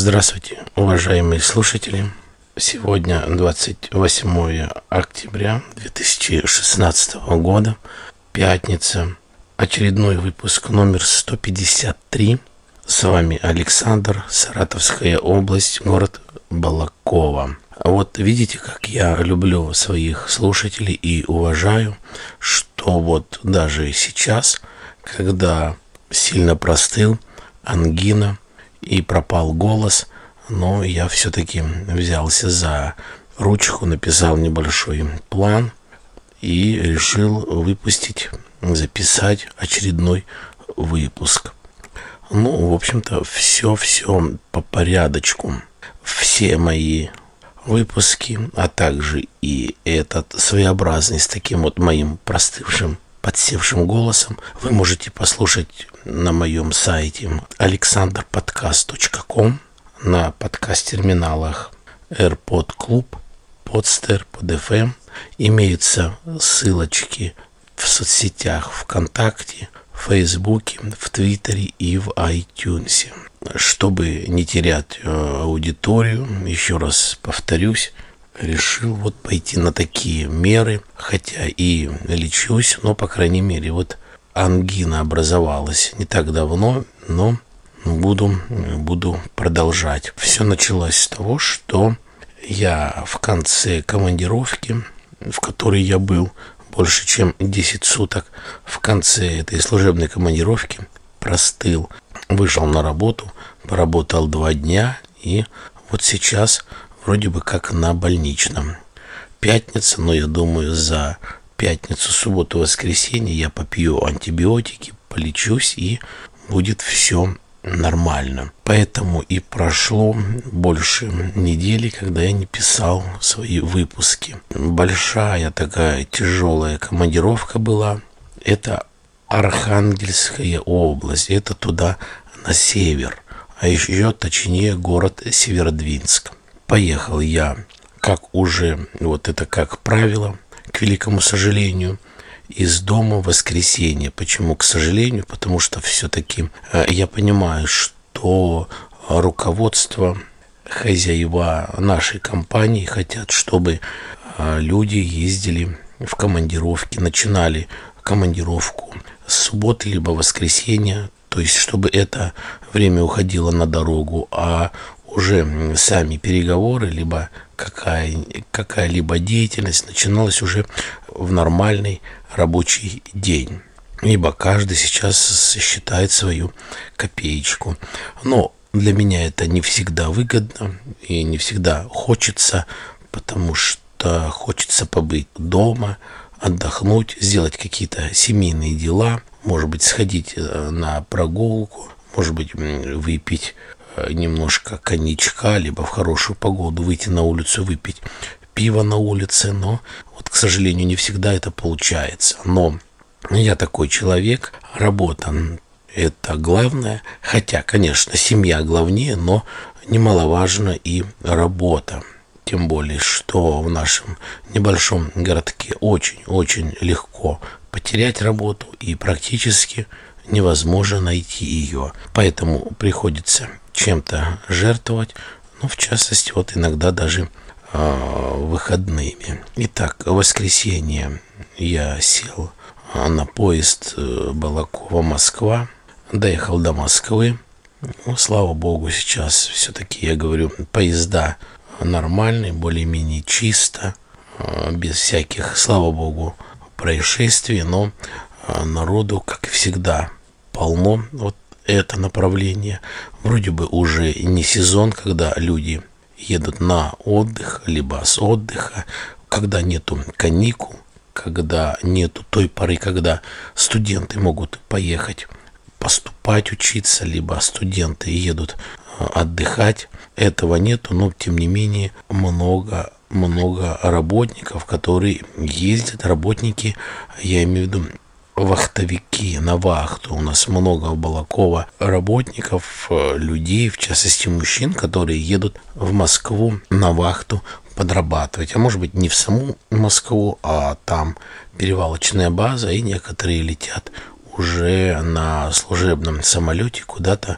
Здравствуйте, уважаемые слушатели. Сегодня 28 октября 2016 года, пятница, очередной выпуск номер 153. С вами Александр, Саратовская область, город Балаково. Вот видите, как я люблю своих слушателей и уважаю, что вот даже сейчас, когда сильно простыл, ангина и пропал голос, но я все-таки взялся за ручку, написал небольшой план и решил записать очередной выпуск. В общем-то, все по порядочку. Все мои выпуски, а также и этот своеобразный с таким вот моим простывшим, подсевшим голосом вы можете послушать на моем сайте alexanderpodcast.com, на подкаст-терминалах AirPod Club, Podster, PodFM. Имеются ссылочки в соцсетях ВКонтакте, в Фейсбуке, в Твиттере и в iTunes. Чтобы не терять аудиторию, еще раз повторюсь, решил пойти на такие меры, хотя и лечусь, но, по крайней мере, ангина образовалась не так давно, но буду продолжать. Все началось с того, что я в конце командировки, в которой я был больше чем 10 суток, в конце этой служебной командировки простыл, вышел на работу, поработал 2 дня и вот сейчас вроде бы как на больничном. Пятница, но я думаю, за пятницу, субботу, воскресенье я попью антибиотики, полечусь и будет все нормально. Поэтому и прошло больше недели, когда я не писал свои выпуски. Большая такая тяжелая командировка была. Это Архангельская область, это туда на север, а еще точнее город Северодвинск. Поехал я, как правило, к великому сожалению, из дома в воскресенье. Почему к сожалению? Потому что все-таки я понимаю, что руководство, хозяева нашей компании хотят, чтобы люди ездили в командировки, начинали командировку с субботы либо воскресенья, то есть чтобы это время уходило на дорогу, а уже сами переговоры, либо какая-либо деятельность начиналась уже в нормальный рабочий день. Ибо каждый сейчас считает свою копеечку. Но для меня это не всегда выгодно и не всегда хочется, потому что хочется побыть дома, отдохнуть, сделать какие-то семейные дела, может быть, сходить на прогулку, может быть, выпить немножко коньячка, либо в хорошую погоду выйти на улицу, выпить пиво на улице, но к сожалению, не всегда это получается. Но я такой человек, работа – это главное, хотя, конечно, семья главнее, но немаловажно и работа. Тем более, что в нашем небольшом городке очень легко потерять работу и практически невозможно найти ее. Поэтому приходится чем-то жертвовать, в частности, иногда даже выходными. Итак, в воскресенье я сел на поезд Балаково-Москва, доехал до Москвы. Слава богу, сейчас все-таки, я говорю, поезда нормальные, более-менее чисто, без всяких, слава богу, происшествий, но народу, как и всегда, полно. Это направление. Вроде бы уже не сезон, когда люди едут на отдых, либо с отдыха, когда нету каникул, когда нету той поры, когда студенты могут поехать поступать, учиться, либо студенты едут отдыхать. Этого нету, но тем не менее много работников, которые ездят, работники, я имею в виду вахтовики на вахту. У нас много в Балаково работников, людей, в частности мужчин, которые едут в Москву на вахту подрабатывать. А может быть не в саму Москву, а там перевалочная база, и некоторые летят уже на служебном самолете куда-то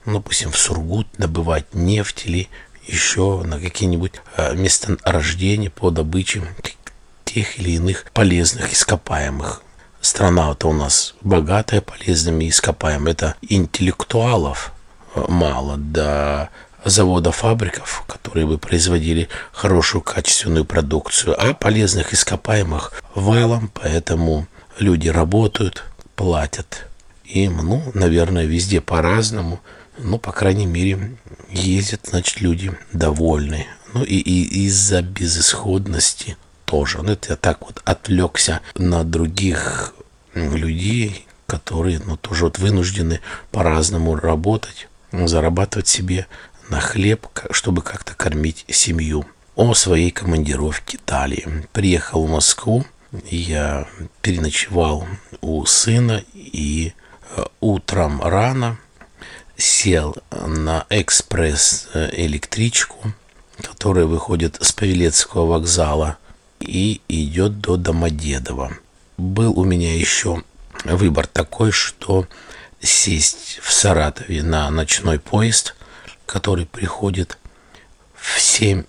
допустим, в Сургут добывать нефть или еще на какие-нибудь месторождения по добыче тех или иных полезных ископаемых. Страна-то у нас богатая полезными ископаемыми. Это интеллектуалов мало, до заводов-фабриков, которые бы производили хорошую качественную продукцию, а полезных ископаемых валом, поэтому люди работают, платят им, наверное, везде по-разному, по крайней мере, ездят, значит, люди довольны. И из-за безысходности тоже. Это я так вот отвлекся на других людей, которые, тоже вынуждены по-разному работать, зарабатывать себе на хлеб, чтобы как-то кормить семью. О своей командировке далее. Приехал в Москву, я переночевал у сына и утром рано сел на экспресс-электричку, которая выходит с Павелецкого вокзала и идет до Домодедово. Был у меня еще выбор такой, что сесть в Саратове на ночной поезд, который приходит в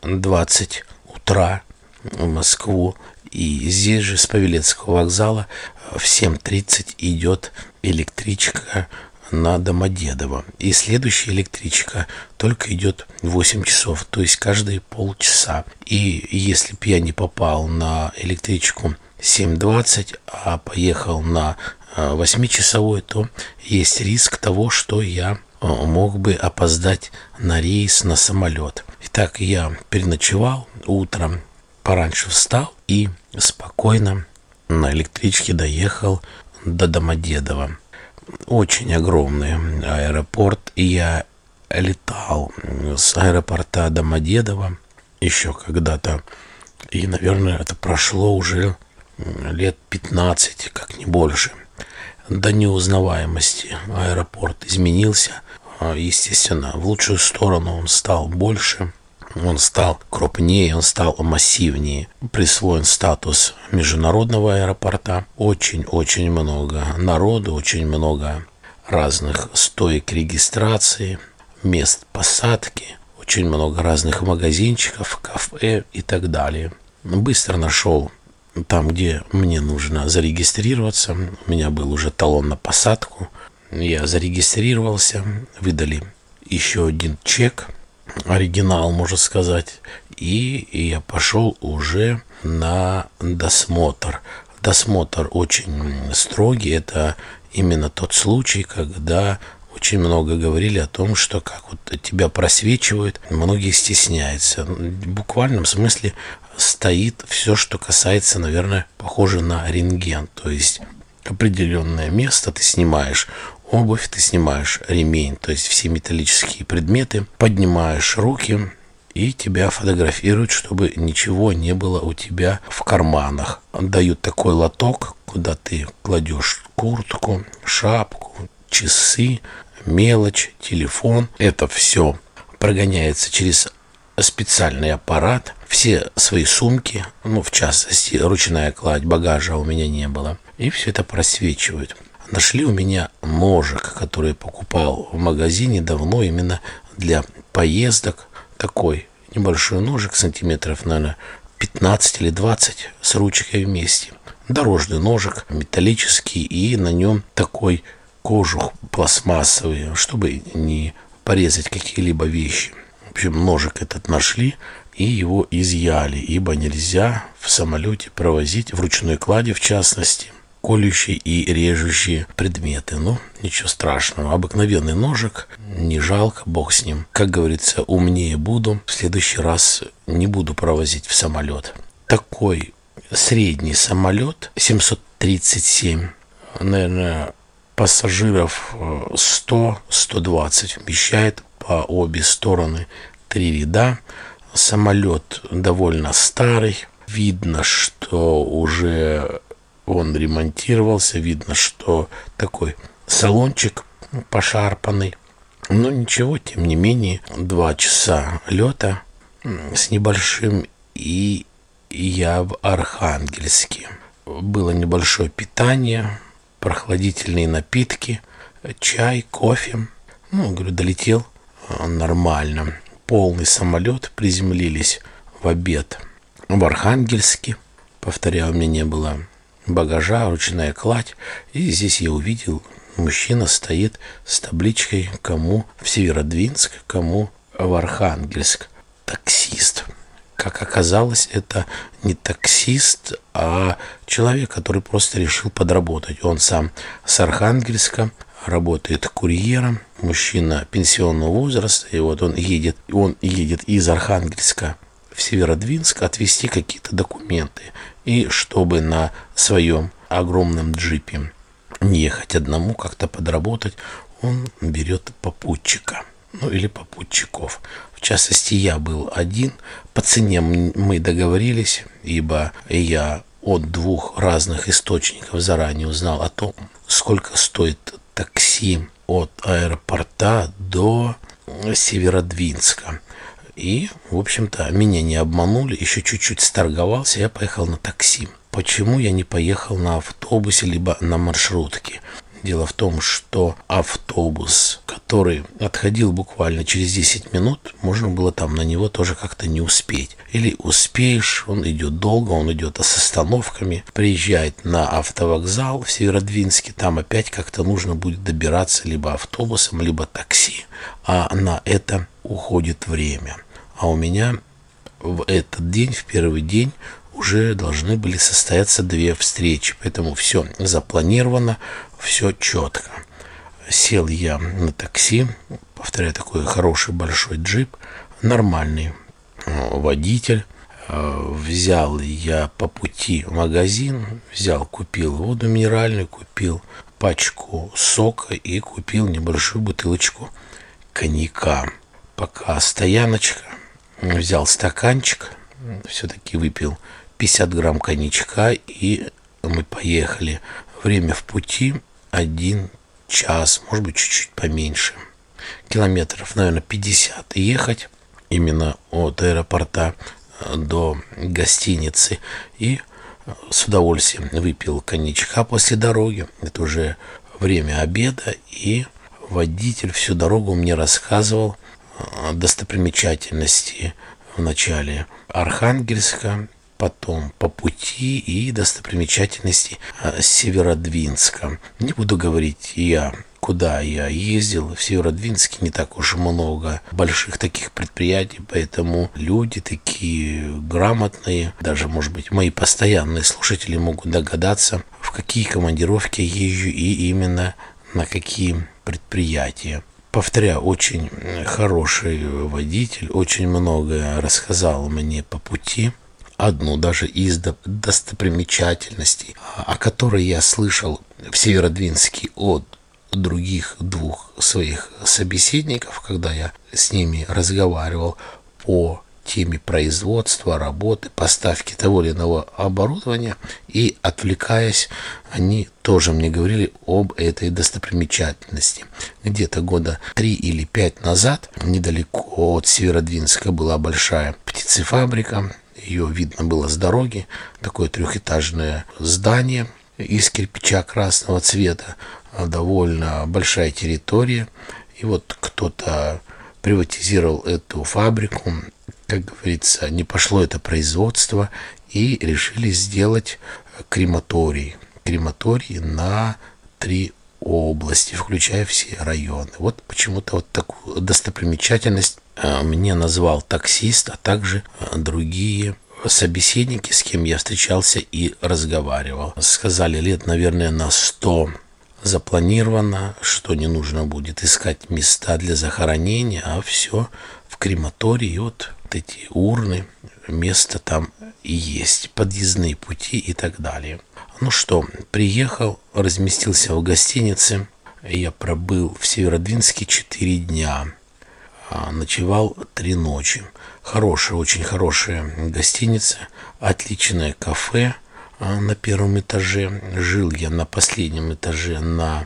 7:20 утра в Москву. И здесь же с Павелецкого вокзала в 7:30 идет электричка на Домодедово. И следующая электричка только идет в 8 часов, то есть каждые полчаса. И если бы я не попал на электричку 7:20, а поехал на 8-часовой, то есть риск того, что я мог бы опоздать на рейс, на самолет. Итак, я переночевал, утром пораньше встал и спокойно на электричке доехал до Домодедова. Очень огромный аэропорт, и я летал с аэропорта Домодедово еще когда-то, и, наверное, это прошло уже лет 15, как не больше. До неузнаваемости аэропорт изменился, естественно, в лучшую сторону. Он стал больше, он стал крупнее, он стал массивнее. Присвоен статус международного аэропорта. Очень-очень много народу, очень много разных стоек регистрации, мест посадки, очень много разных магазинчиков, кафе и так далее. Быстро нашел там, где мне нужно зарегистрироваться. У меня был уже талон на посадку. Я зарегистрировался, выдали еще один чек, оригинал, можно сказать, и я пошел уже на досмотр. Досмотр очень строгий. Это именно тот случай, когда очень много говорили о том, что как тебя просвечивают, многие стесняются. В буквальном смысле стоит все, что касается, наверное, похоже на рентген. То есть определенное место ты снимаешь обувь, ты снимаешь ремень, то есть все металлические предметы, поднимаешь руки и тебя фотографируют, чтобы ничего не было у тебя в карманах. Дают такой лоток, куда ты кладешь куртку, шапку, часы, мелочь, телефон. Это все прогоняется через специальный аппарат. Все свои сумки, в частности, ручная кладь багажа у меня не было. И все это просвечивают. Нашли у меня ножик, который покупал в магазине давно именно для поездок. Такой небольшой ножик, сантиметров, наверное, 15 или 20 с ручкой вместе. Дорожный ножик, металлический, и на нем такой кожух пластмассовый, чтобы не порезать какие-либо вещи. В общем, ножик этот нашли и его изъяли, ибо нельзя в самолете провозить, в ручной клади в частности, колющие и режущие предметы. Ничего страшного. Обыкновенный ножик, не жалко, бог с ним. Как говорится, умнее буду. В следующий раз не буду провозить в самолет. Такой средний самолет, 737, наверное, пассажиров 100-120 вмещает по обе стороны 3 ряда. Самолет довольно старый. Видно, что уже он ремонтировался. Видно, что такой салончик пошарпанный. Но ничего, тем не менее, 2 часа лета с небольшим, и я в Архангельске. Было небольшое питание, прохладительные напитки, чай, кофе. Ну, говорю, долетел нормально. Полный самолет, приземлились в обед в Архангельске. Повторяю, у меня не было багажа, ручная кладь. И здесь я увидел, мужчина стоит с табличкой, кому в Северодвинск, кому в Архангельск. Таксист. Как оказалось, это не таксист, а человек, который просто решил подработать. Он сам с Архангельска, работает курьером, мужчина пенсионного возраста, и вот он едет из Архангельска в Северодвинск отвезти какие-то документы. И чтобы на своем огромном джипе не ехать одному, как-то подработать, он берет попутчика. Ну, или попутчиков. В частности, я был один. По цене мы договорились, ибо я от двух разных источников заранее узнал о том, сколько стоит такси от аэропорта до Северодвинска. И, в общем-то, меня не обманули. Еще чуть-чуть сторговался, я поехал на такси. Почему я не поехал на автобусе, либо на маршрутке? Дело в том, что автобус, который отходил буквально через 10 минут, можно было там на него тоже как-то не успеть. Или успеешь, он идет долго, он идет с остановками, приезжает на автовокзал в Северодвинске, там опять как-то нужно будет добираться либо автобусом, либо такси. А на это уходит время. А у меня в этот день, в первый день, уже должны были состояться 2 встречи. Поэтому все запланировано, все четко. Сел я на такси, повторяю, такой хороший большой джип, нормальный водитель. Взял я по пути в магазин, купил воду минеральную, купил пачку сока и купил небольшую бутылочку коньяка. Пока стояночка, взял стаканчик, все-таки выпил 50 грамм коньячка, и мы поехали. Время в пути 1 час, может быть, чуть-чуть поменьше. Километров, наверное, 50 ехать именно от аэропорта до гостиницы. И с удовольствием выпил коньячка после дороги. Это уже время обеда, и водитель всю дорогу мне рассказывал достопримечательности в начале Архангельска, потом по пути и достопримечательности Северодвинска. Не буду говорить куда я ездил. В Северодвинске не так уж много больших таких предприятий, поэтому люди такие грамотные, даже, может быть, мои постоянные слушатели могут догадаться, в какие командировки я езжу и именно на какие предприятия. Повторяю, очень хороший водитель, очень многое рассказал мне по пути. Одну даже из достопримечательностей, о которой я слышал в Северодвинске от других 2 своих собеседников, когда я с ними разговаривал по теме производства, работы, поставки того или иного оборудования, и, отвлекаясь, они тоже мне говорили об этой достопримечательности. Где-то года 3 или 5 назад, недалеко от Северодвинска, была большая птицефабрика. Ее видно было с дороги. Такое 3-этажное здание из кирпича красного цвета. Довольно большая территория. И вот кто-то приватизировал эту фабрику. Как говорится, не пошло это производство, и решили сделать крематорий. Крематорий на 3 области, включая все районы. Вот почему-то вот такую достопримечательность мне назвал таксист, а также другие собеседники, с кем я встречался и разговаривал. Сказали, лет, наверное, на 100 запланировано, что не нужно будет искать места для захоронения, а все в крематории. И вот эти урны, место там и есть, подъездные пути и так далее. Ну что, приехал, разместился в гостинице. Я пробыл в Северодвинске 4 дня. Ночевал 3 ночи. Хорошая, очень хорошая гостиница, отличное кафе на 1-м этаже. Жил я на последнем этаже, на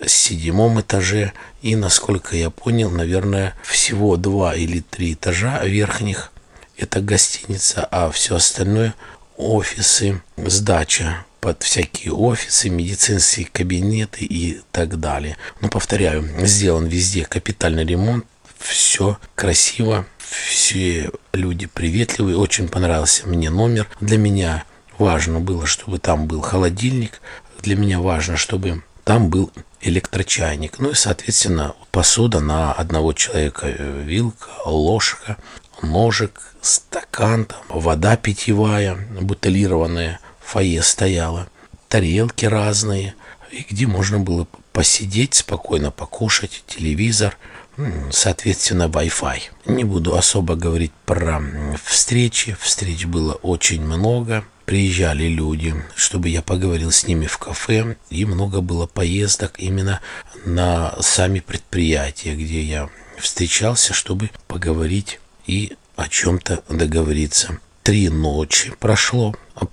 7-м этаже. И, насколько я понял, наверное, всего 2 или 3 этажа верхних — это гостиница, а все остальное — офисы, сдача под всякие офисы, медицинские кабинеты и так далее. Но, повторяю, сделан везде капитальный ремонт, все красиво, все люди приветливые, очень понравился мне номер. Для меня важно было, чтобы там был холодильник, для меня важно, чтобы там был электрочайник. Ну и, соответственно, посуда на одного человека, вилка, ложка, ножик, стакан, там, вода питьевая, бутылированная, в фойе стояла, тарелки разные, и где можно было посидеть, спокойно покушать, телевизор, соответственно, Wi-Fi. Не буду особо говорить про встречи. Встреч было очень много. Приезжали люди, чтобы я поговорил с ними в кафе. И много было поездок именно на сами предприятия, где я встречался, чтобы поговорить и о чем-то договориться. 3 ночи прошло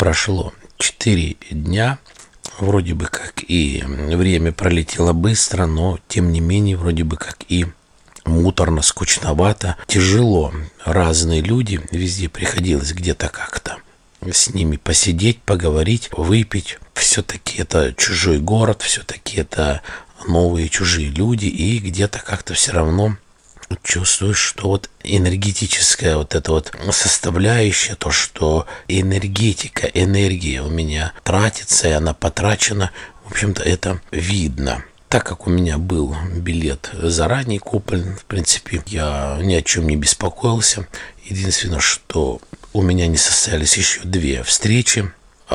4 дня. Вроде бы как и время пролетело быстро, но тем не менее вроде бы как и муторно, скучновато, тяжело. Разные люди, везде приходилось где-то как-то с ними посидеть, поговорить, выпить. Все-таки это чужой город, все-таки это новые чужие люди, и где-то как-то все равно чувствуешь, что вот энергетическая вот эта вот составляющая, то, что энергетика, энергия у меня тратится, и она потрачена, в общем-то, это видно. Так как у меня был билет заранее куплен, в принципе, я ни о чем не беспокоился. Единственное, что у меня не состоялись еще 2 встречи,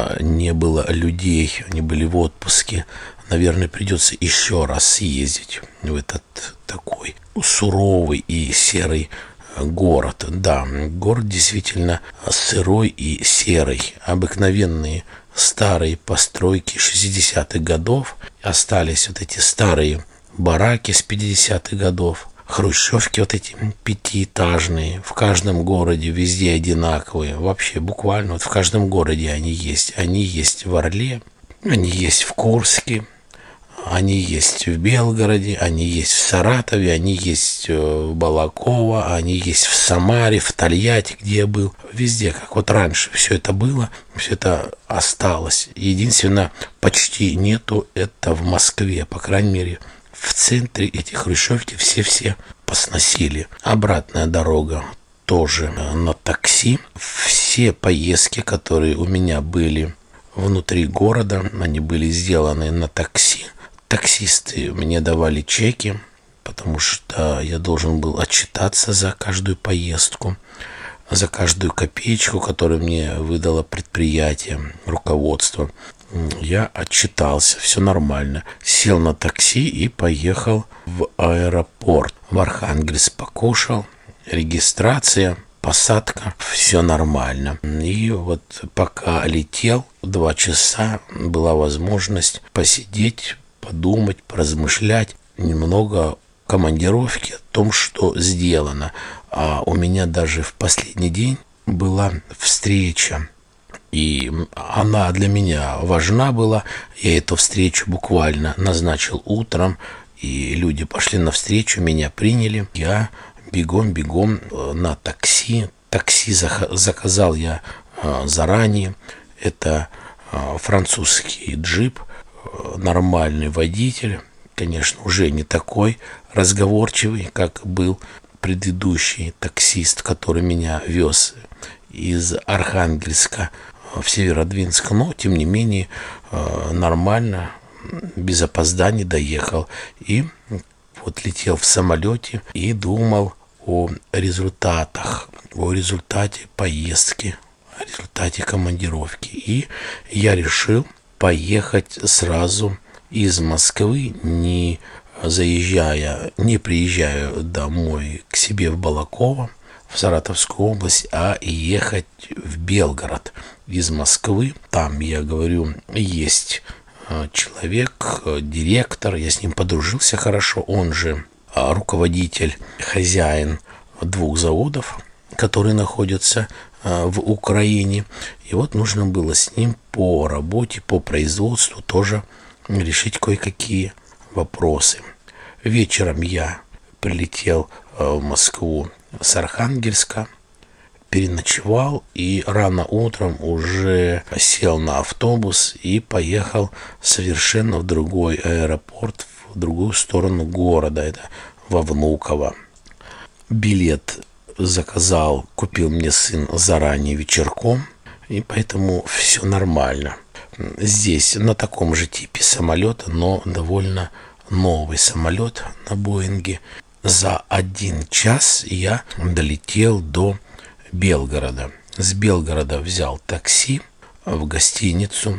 не было людей, они были в отпуске. Наверное, придется еще раз съездить в этот такой суровый и серый город. Да, город действительно сырой и серый. Обыкновенные старые постройки 60-х годов. Остались вот эти старые бараки с 50-х годов. Хрущевки вот эти 5-этажные. В каждом городе везде одинаковые. Вообще буквально вот в каждом городе они есть. Они есть в Орле, они есть в Курске, они есть в Белгороде, они есть в Саратове, они есть в Балаково, они есть в Самаре, в Тольятти, где я был. Везде, как вот раньше все это было, все это осталось. Единственное, почти нету это в Москве, по крайней мере, в центре эти хрущевки все посносили. Обратная дорога тоже на такси. Все поездки, которые у меня были внутри города, они были сделаны на такси. Таксисты мне давали чеки, потому что я должен был отчитаться за каждую поездку, за каждую копеечку, которую мне выдало предприятие, руководство. Я отчитался, все нормально. Сел на такси и поехал в аэропорт. В Архангельск покушал, регистрация, посадка, все нормально. И вот пока летел, 2 часа была возможность посидеть, подумать, поразмышлять немного о командировке, о том, что сделано. А у меня даже в последний день была встреча, и она для меня важна была. Я эту встречу буквально назначил утром, и люди пошли навстречу, меня приняли. Я бегом на такси. Такси заказал я заранее. Это французский джип, нормальный водитель, конечно, уже не такой разговорчивый, как был предыдущий таксист, который меня вез из Архангельска в Северодвинск, но, тем не менее, нормально, без опозданий доехал. И вот летел в самолете и думал о результатах, о результате поездки, о результате командировки. И я решил поехать сразу из Москвы, не приезжая домой к себе в Балаково, в Саратовскую область, а ехать в Белгород из Москвы. Там, я говорю, есть человек, директор, я с ним подружился хорошо, он же руководитель, хозяин 2 заводов, которые находятся в Украине. И вот нужно было с ним по работе, по производству тоже решить кое-какие вопросы. Вечером я прилетел в Москву с Архангельска, переночевал и рано утром уже сел на автобус и поехал совершенно в другой аэропорт, в другую сторону города, это во Внуково. Билет заказал, купил мне сын заранее вечерком, и поэтому все нормально. Здесь на таком же типе самолета, но довольно новый самолет на Боинге. За 1 час я долетел до Белгорода. С Белгорода взял такси в гостиницу,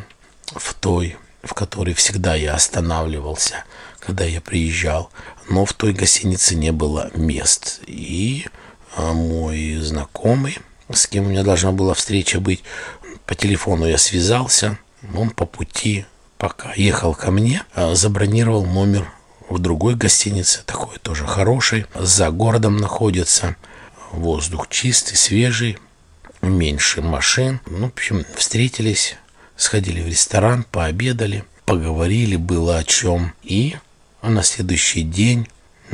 в которой всегда я останавливался, когда я приезжал. Но в той гостинице не было мест. И мой знакомый, с кем у меня должна была встреча быть, по телефону я связался. Он по пути, пока ехал ко мне, забронировал номер в другой гостинице, такой тоже хороший, за городом находится, воздух чистый, свежий, меньше машин. В общем, встретились, сходили в ресторан, пообедали, поговорили, было о чем. И на следующий день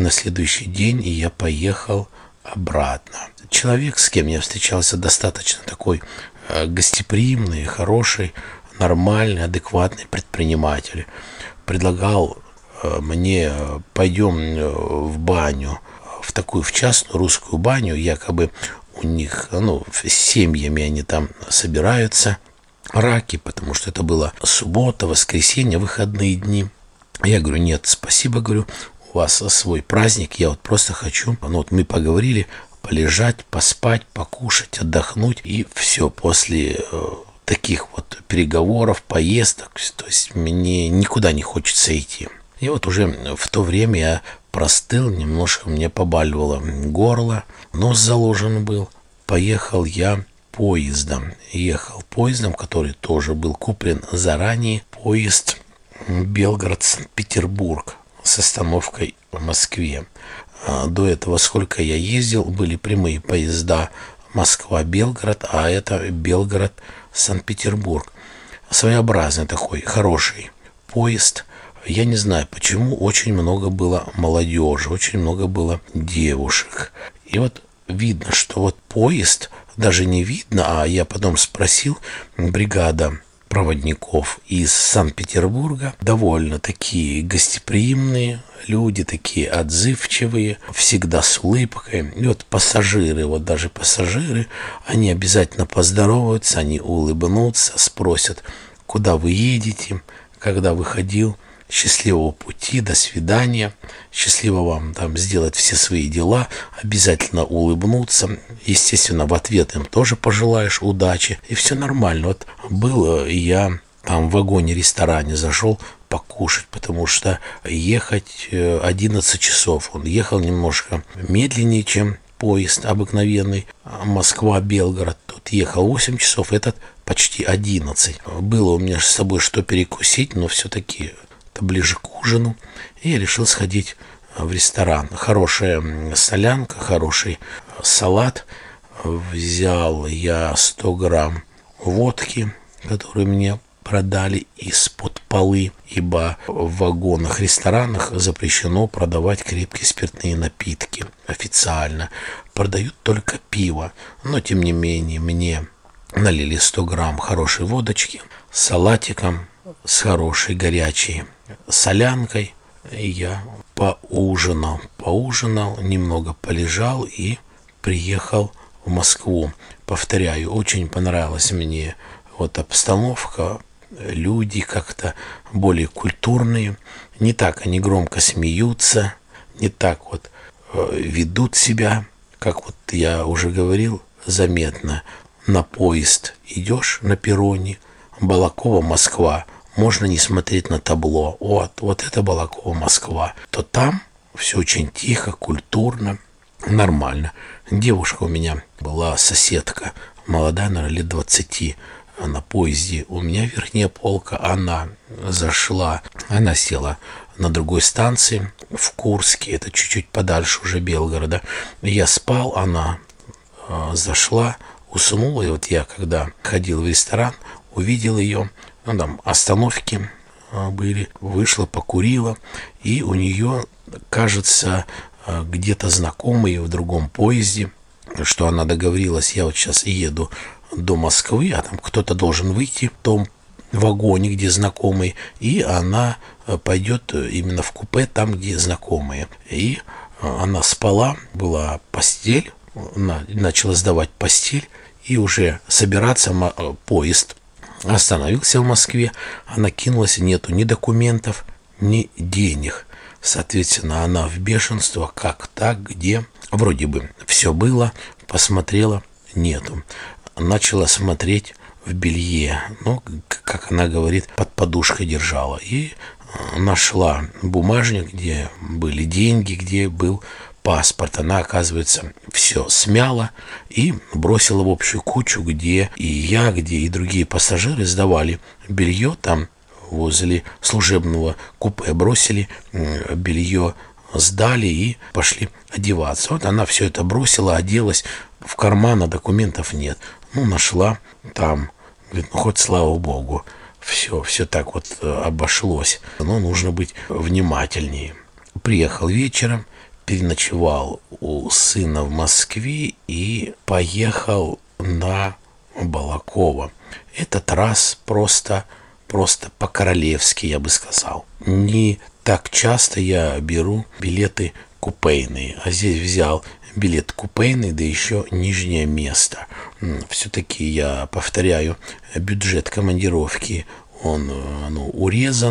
я поехал обратно. Человек, с кем я встречался, достаточно такой гостеприимный, хороший, нормальный, адекватный предприниматель. Предлагал мне: пойдем в баню, в частную русскую баню, якобы у них, с семьями они там собираются, раки, потому что это была суббота, воскресенье, выходные дни. Я говорю: нет, спасибо, говорю, у вас свой праздник, я вот просто хочу. Мы поговорили, полежать, поспать, покушать, отдохнуть, и все. После таких вот переговоров, поездок, то есть мне никуда не хочется идти. И вот уже в то время я простыл, немножко мне побаливало горло, нос заложен был. Поехал я поездом. Ехал поездом, который тоже был куплен заранее. Поезд Белгород-Санкт-Петербург с остановкой в Москве. До этого, сколько я ездил, были прямые поезда Москва-Белгород, а это Белгород-Санкт-Петербург. Своеобразный такой хороший поезд. Я не знаю почему, очень много было молодежи, очень много было девушек. И вот видно, что вот поезд, даже не видно, а я потом спросил, бригада проводников из Санкт-Петербурга, довольно такие гостеприимные люди, такие отзывчивые, всегда с улыбкой. И вот пассажиры, даже пассажиры, они обязательно поздороваются, они улыбнутся, спросят, куда вы едете, когда выходил. Счастливого пути, до свидания, счастливо вам там сделать все свои дела, обязательно улыбнуться, естественно, в ответ им тоже пожелаешь удачи, и все нормально. Вот был я там в вагоне-ресторане, зашел покушать, потому что ехать 11 часов, он ехал немножко медленнее, чем поезд обыкновенный Москва-Белгород, тут ехал 8 часов, этот почти 11. Было у меня с собой что перекусить, но все-таки ближе к ужину, и я решил сходить в ресторан. Хорошая солянка, хороший салат. Взял я 100 грамм водки, которую мне продали из-под полы, ибо в вагонах, ресторанах запрещено продавать крепкие спиртные напитки. Официально продают только пиво, но тем не менее мне налили 100 грамм хорошей водочки с салатиком, с хорошей горячей солянкой. И я поужинал, немного полежал и приехал в Москву. Повторяю, очень понравилась мне обстановка, люди как-то более культурные, не так они громко смеются, не так ведут себя, как я уже говорил, заметно. На поезд идешь на перроне, Балаково, Москва, можно не смотреть на табло. Вот это Балаково, Москва. То там все очень тихо, культурно, нормально. Девушка у меня была, соседка, молодая, наверное, лет 20, на поезде. У меня верхняя полка, она села на другой станции, в Курске, это чуть-чуть подальше уже Белгорода. Я спал, она зашла, уснула. И я, когда ходил в ресторан, увидел ее, там остановки были, вышла, покурила, и у нее, кажется, где-то знакомые в другом поезде что она договорилась, я вот сейчас еду до Москвы, а там кто-то должен выйти в том вагоне, где знакомый, и она пойдет именно в купе, там, где знакомые. И она спала, была постель, начала сдавать постель, и уже собираться поезд остановился в Москве, она кинулась, нету ни документов, ни денег. Соответственно, она в бешенство, как так, где. Вроде бы все было, посмотрела, нету. Начала смотреть в белье, ну, как она говорит, под подушкой держала. И нашла бумажник, где были деньги, где был паспорт. Она, оказывается, все смяла и бросила в общую кучу, где и я, где и другие пассажиры сдавали белье там возле служебного купе, бросили белье, сдали и пошли одеваться. Вот она все это бросила, оделась, в кармана документов нет. Ну, нашла там, говорит, ну, хоть слава богу, все так вот обошлось. Но нужно быть внимательнее. Приехал вечером, переночевал у сына в Москве и поехал на Балаково. Этот раз просто по-королевски, я бы сказал. Не так часто я беру билеты купейные, а здесь взял билет купейный, да еще нижнее место. Все-таки, я повторяю, бюджет командировки, он урезан,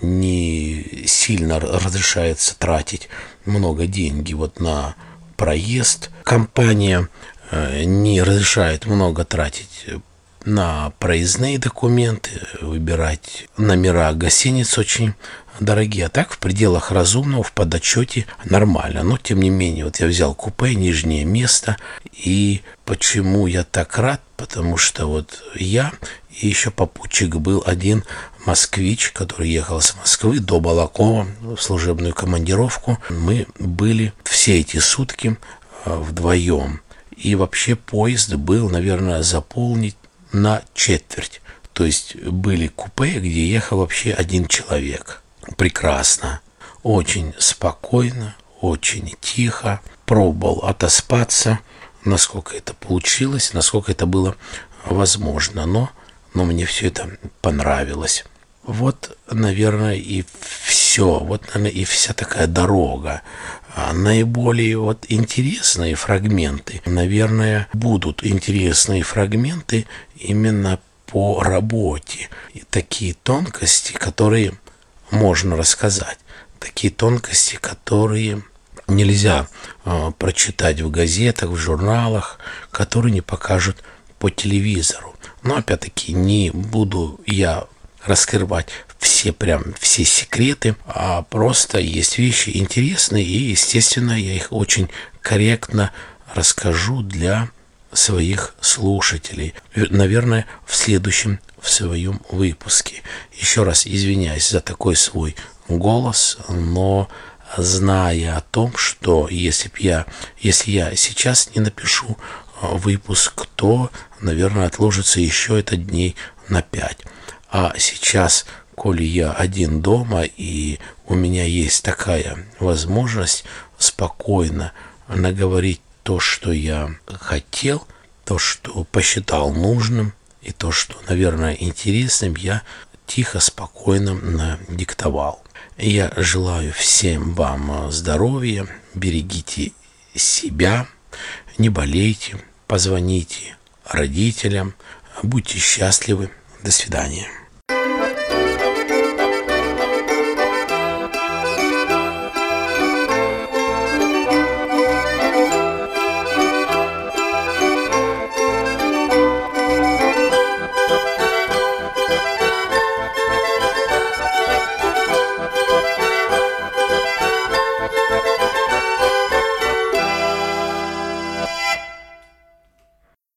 не сильно разрешается тратить много денег вот на проезд. Компания не разрешает много тратить на проездные документы, выбирать номера гостиниц очень дорогие, а так в пределах разумного, в подотчете нормально. Но тем не менее, вот я взял купе, нижнее место. И почему я так рад? Потому что вот я и еще попутчик был один москвич, который ехал с Москвы до Балакова в служебную командировку. Мы были все эти сутки вдвоем. И вообще поезд был, наверное, заполнить на четверть. То есть были купе, где ехал вообще один человек. Прекрасно, очень спокойно, очень тихо. Пробовал отоспаться, насколько это получилось, насколько это было возможно. Но мне все это понравилось. Вот, наверное, и все. Вот, наверное, и вся такая дорога. Наиболее вот интересные фрагменты, наверное, будут интересные фрагменты именно по работе. И такие тонкости, которые можно рассказать. Такие тонкости, которые нельзя прочитать в газетах, в журналах, которые не покажут по телевизору. Но опять-таки не буду я раскрывать все секреты, а просто есть вещи интересные, и, естественно, я их очень корректно расскажу для своих слушателей. Наверное, в следующем в своем выпуске. Еще раз извиняюсь за такой свой голос, но зная о том, что если я сейчас не напишу выпуск, то, наверное, отложится еще это дней на 5. А сейчас, коли я один дома, и у меня есть такая возможность спокойно наговорить то, что я хотел, то, что посчитал нужным, и то, что, наверное, интересным, я тихо, спокойно надиктовал. Я желаю всем вам здоровья, берегите себя, не болейте, позвоните родителям, будьте счастливы. До свидания.